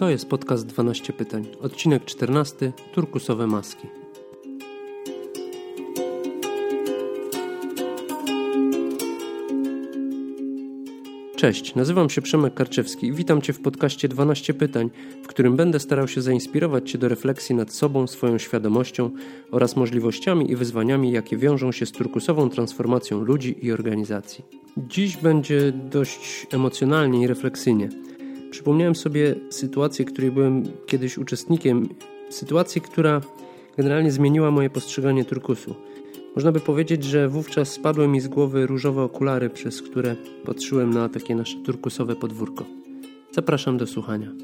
To jest podcast 12 pytań, odcinek 14, turkusowe maski. Cześć, nazywam się Przemek Karczewski i witam Cię w podcaście 12 pytań, w którym będę starał się zainspirować Cię do refleksji nad sobą, swoją świadomością oraz możliwościami i wyzwaniami, jakie wiążą się z turkusową transformacją ludzi i organizacji. Dziś będzie dość emocjonalnie i refleksyjnie. Przypomniałem sobie sytuację, której byłem kiedyś uczestnikiem, sytuację, która generalnie zmieniła moje postrzeganie turkusu. Można by powiedzieć, że wówczas spadły mi z głowy różowe okulary, przez które patrzyłem na takie nasze turkusowe podwórko. Zapraszam do słuchania.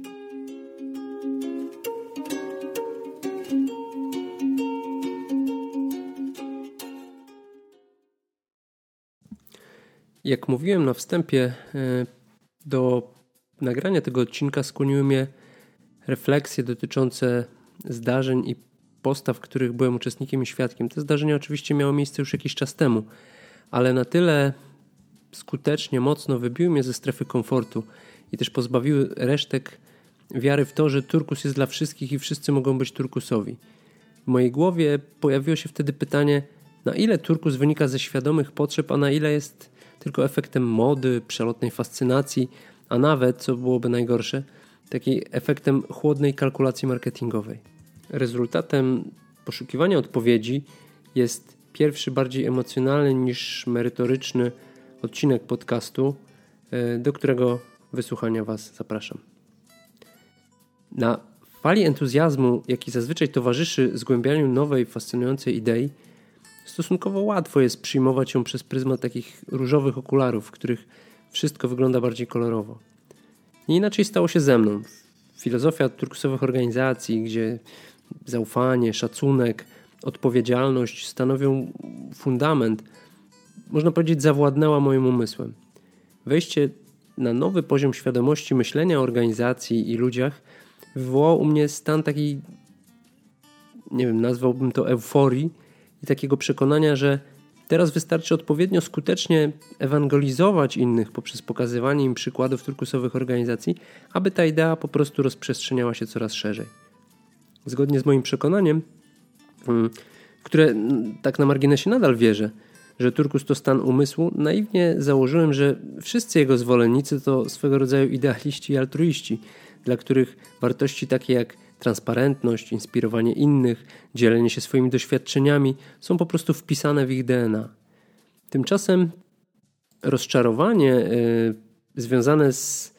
Jak mówiłem na wstępie, do nagrania tego odcinka skłoniły mnie refleksje dotyczące zdarzeń i postaw, których byłem uczestnikiem i świadkiem. Te zdarzenia oczywiście miały miejsce już jakiś czas temu, ale na tyle skutecznie, mocno wybiły mnie ze strefy komfortu i też pozbawiły resztek wiary w to, że turkus jest dla wszystkich i wszyscy mogą być turkusowi. W mojej głowie pojawiło się wtedy pytanie, na ile turkus wynika ze świadomych potrzeb, a na ile jest tylko efektem mody, przelotnej fascynacji, a nawet, co byłoby najgorsze, takim efektem chłodnej kalkulacji marketingowej. Rezultatem poszukiwania odpowiedzi jest pierwszy, bardziej emocjonalny niż merytoryczny odcinek podcastu, do którego wysłuchania Was zapraszam. Na fali entuzjazmu, jaki zazwyczaj towarzyszy zgłębianiu nowej, fascynującej idei, stosunkowo łatwo jest przyjmować ją przez pryzmat takich różowych okularów, w których wszystko wygląda bardziej kolorowo. Nie inaczej stało się ze mną. Filozofia turkusowych organizacji, gdzie zaufanie, szacunek, odpowiedzialność stanowią fundament, można powiedzieć, zawładnęła moim umysłem. Wejście na nowy poziom świadomości myślenia o organizacji i ludziach wywołało u mnie stan takiej, nazwałbym to euforii i takiego przekonania, że teraz wystarczy odpowiednio skutecznie ewangelizować innych poprzez pokazywanie im przykładów turkusowych organizacji, aby ta idea po prostu rozprzestrzeniała się coraz szerzej. Zgodnie z moim przekonaniem, w które tak na marginesie nadal wierzę, że turkus to stan umysłu, naiwnie założyłem, że wszyscy jego zwolennicy to swego rodzaju idealiści i altruiści, dla których wartości takie jak transparentność, inspirowanie innych, dzielenie się swoimi doświadczeniami są po prostu wpisane w ich DNA. Tymczasem rozczarowanie związane z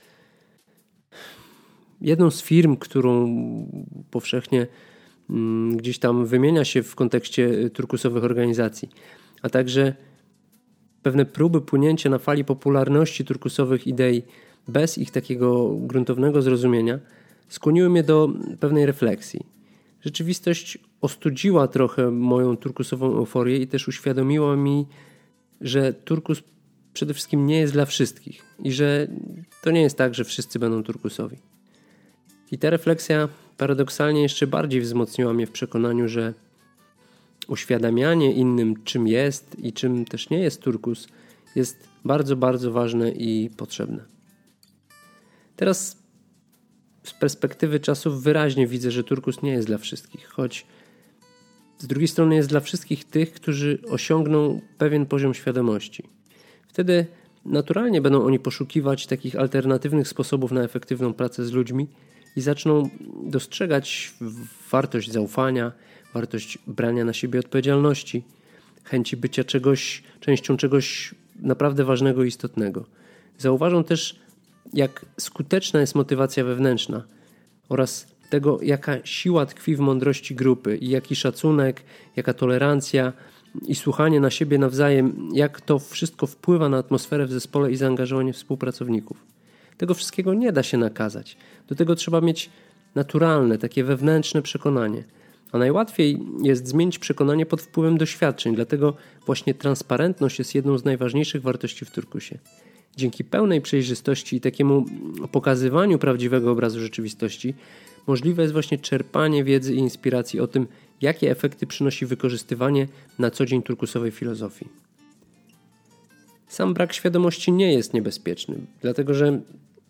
jedną z firm, którą powszechnie gdzieś tam wymienia się w kontekście turkusowych organizacji, a także pewne próby płynięcia na fali popularności turkusowych idei bez ich takiego gruntownego zrozumienia skłoniły mnie do pewnej refleksji. Rzeczywistość ostudziła trochę moją turkusową euforię i też uświadomiła mi, że turkus przede wszystkim nie jest dla wszystkich i że to nie jest tak, że wszyscy będą turkusowi. I ta refleksja paradoksalnie jeszcze bardziej wzmocniła mnie w przekonaniu, że uświadamianie innym, czym jest i czym też nie jest turkus, jest bardzo, bardzo ważne i potrzebne. Teraz z perspektywy czasów wyraźnie widzę, że turkus nie jest dla wszystkich, choć z drugiej strony jest dla wszystkich tych, którzy osiągną pewien poziom świadomości. Wtedy naturalnie będą oni poszukiwać takich alternatywnych sposobów na efektywną pracę z ludźmi i zaczną dostrzegać wartość zaufania, wartość brania na siebie odpowiedzialności, chęci bycia częścią czegoś naprawdę ważnego i istotnego. Zauważą też, jak skuteczna jest motywacja wewnętrzna oraz tego, jaka siła tkwi w mądrości grupy i jaki szacunek, jaka tolerancja i słuchanie na siebie nawzajem, jak to wszystko wpływa na atmosferę w zespole i zaangażowanie współpracowników. Tego wszystkiego nie da się nakazać. Do tego trzeba mieć naturalne, takie wewnętrzne przekonanie. A najłatwiej jest zmienić przekonanie pod wpływem doświadczeń, dlatego właśnie transparentność jest jedną z najważniejszych wartości w turkusie. Dzięki pełnej przejrzystości i takiemu pokazywaniu prawdziwego obrazu rzeczywistości możliwe jest właśnie czerpanie wiedzy i inspiracji o tym, jakie efekty przynosi wykorzystywanie na co dzień turkusowej filozofii. Sam brak świadomości nie jest niebezpieczny, dlatego że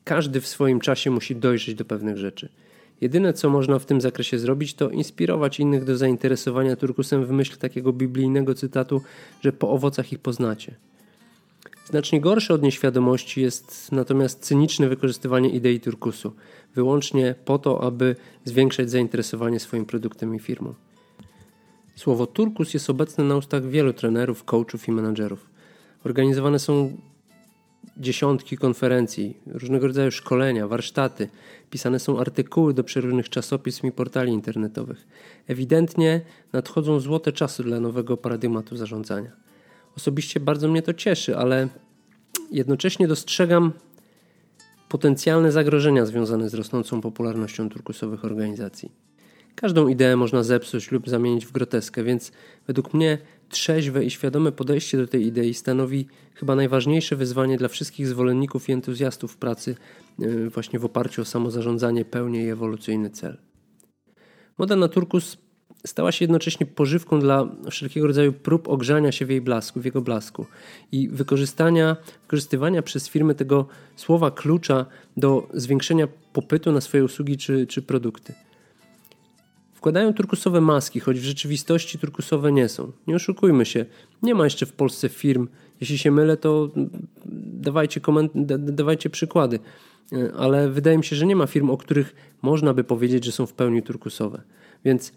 Każdy w swoim czasie musi dojrzeć do pewnych rzeczy. Jedyne, co można w tym zakresie zrobić, to inspirować innych do zainteresowania turkusem w myśl takiego biblijnego cytatu, że po owocach ich poznacie. Znacznie gorsze od nieświadomości jest natomiast cyniczne wykorzystywanie idei turkusu, wyłącznie po to, aby zwiększać zainteresowanie swoim produktem i firmą. Słowo turkus jest obecne na ustach wielu trenerów, coachów i menadżerów. Organizowane są dziesiątki konferencji, różnego rodzaju szkolenia, warsztaty, pisane są artykuły do przeróżnych czasopism i portali internetowych. Ewidentnie nadchodzą złote czasy dla nowego paradygmatu zarządzania. Osobiście bardzo mnie to cieszy, ale jednocześnie dostrzegam potencjalne zagrożenia związane z rosnącą popularnością turkusowych organizacji. Każdą ideę można zepsuć lub zamienić w groteskę, więc według mnie trzeźwe i świadome podejście do tej idei stanowi chyba najważniejsze wyzwanie dla wszystkich zwolenników i entuzjastów pracy właśnie w oparciu o samozarządzanie, pełnię i ewolucyjny cel. Moda na turkus stała się jednocześnie pożywką dla wszelkiego rodzaju prób ogrzania się w jego blasku i wykorzystywania przez firmy tego słowa klucza do zwiększenia popytu na swoje usługi czy produkty. Wkładają turkusowe maski, choć w rzeczywistości turkusowe nie są. Nie oszukujmy się, nie ma jeszcze w Polsce firm. Jeśli się mylę, to dawajcie przykłady. Ale wydaje mi się, że nie ma firm, o których można by powiedzieć, że są w pełni turkusowe. Więc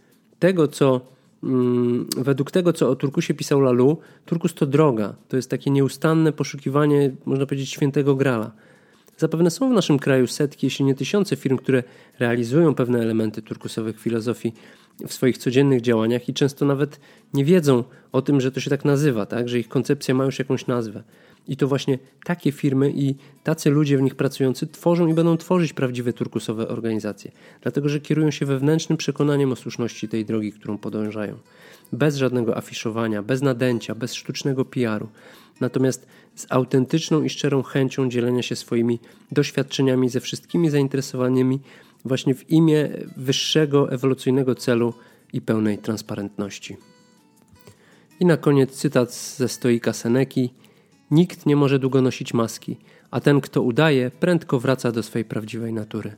według tego, co o turkusie pisał Laloux, turkus to droga. To jest takie nieustanne poszukiwanie, można powiedzieć, świętego grala. Zapewne są w naszym kraju setki, jeśli nie tysiące firm, które realizują pewne elementy turkusowych filozofii w swoich codziennych działaniach i często nawet nie wiedzą o tym, że to się tak nazywa, tak? Że ich koncepcja ma już jakąś nazwę. I to właśnie takie firmy i tacy ludzie w nich pracujący tworzą i będą tworzyć prawdziwe turkusowe organizacje. Dlatego, że kierują się wewnętrznym przekonaniem o słuszności tej drogi, którą podążają. Bez żadnego afiszowania, bez nadęcia, bez sztucznego PR-u. Natomiast z autentyczną i szczerą chęcią dzielenia się swoimi doświadczeniami ze wszystkimi zainteresowanymi właśnie w imię wyższego, ewolucyjnego celu i pełnej transparentności. I na koniec cytat ze stoika Seneki. Nikt nie może długo nosić maski, a ten, kto udaje, prędko wraca do swej prawdziwej natury.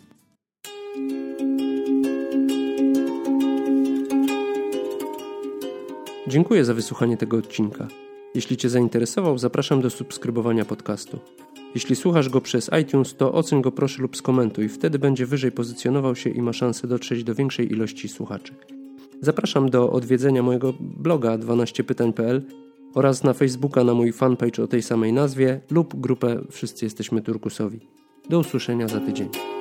Dziękuję za wysłuchanie tego odcinka. Jeśli Cię zainteresował, zapraszam do subskrybowania podcastu. Jeśli słuchasz go przez iTunes, to oceń go proszę lub skomentuj, wtedy będzie wyżej pozycjonował się i ma szansę dotrzeć do większej ilości słuchaczy. Zapraszam do odwiedzenia mojego bloga 12pytań.pl oraz na Facebooka na mój fanpage o tej samej nazwie lub grupę Wszyscy Jesteśmy Turkusowi. Do usłyszenia za tydzień.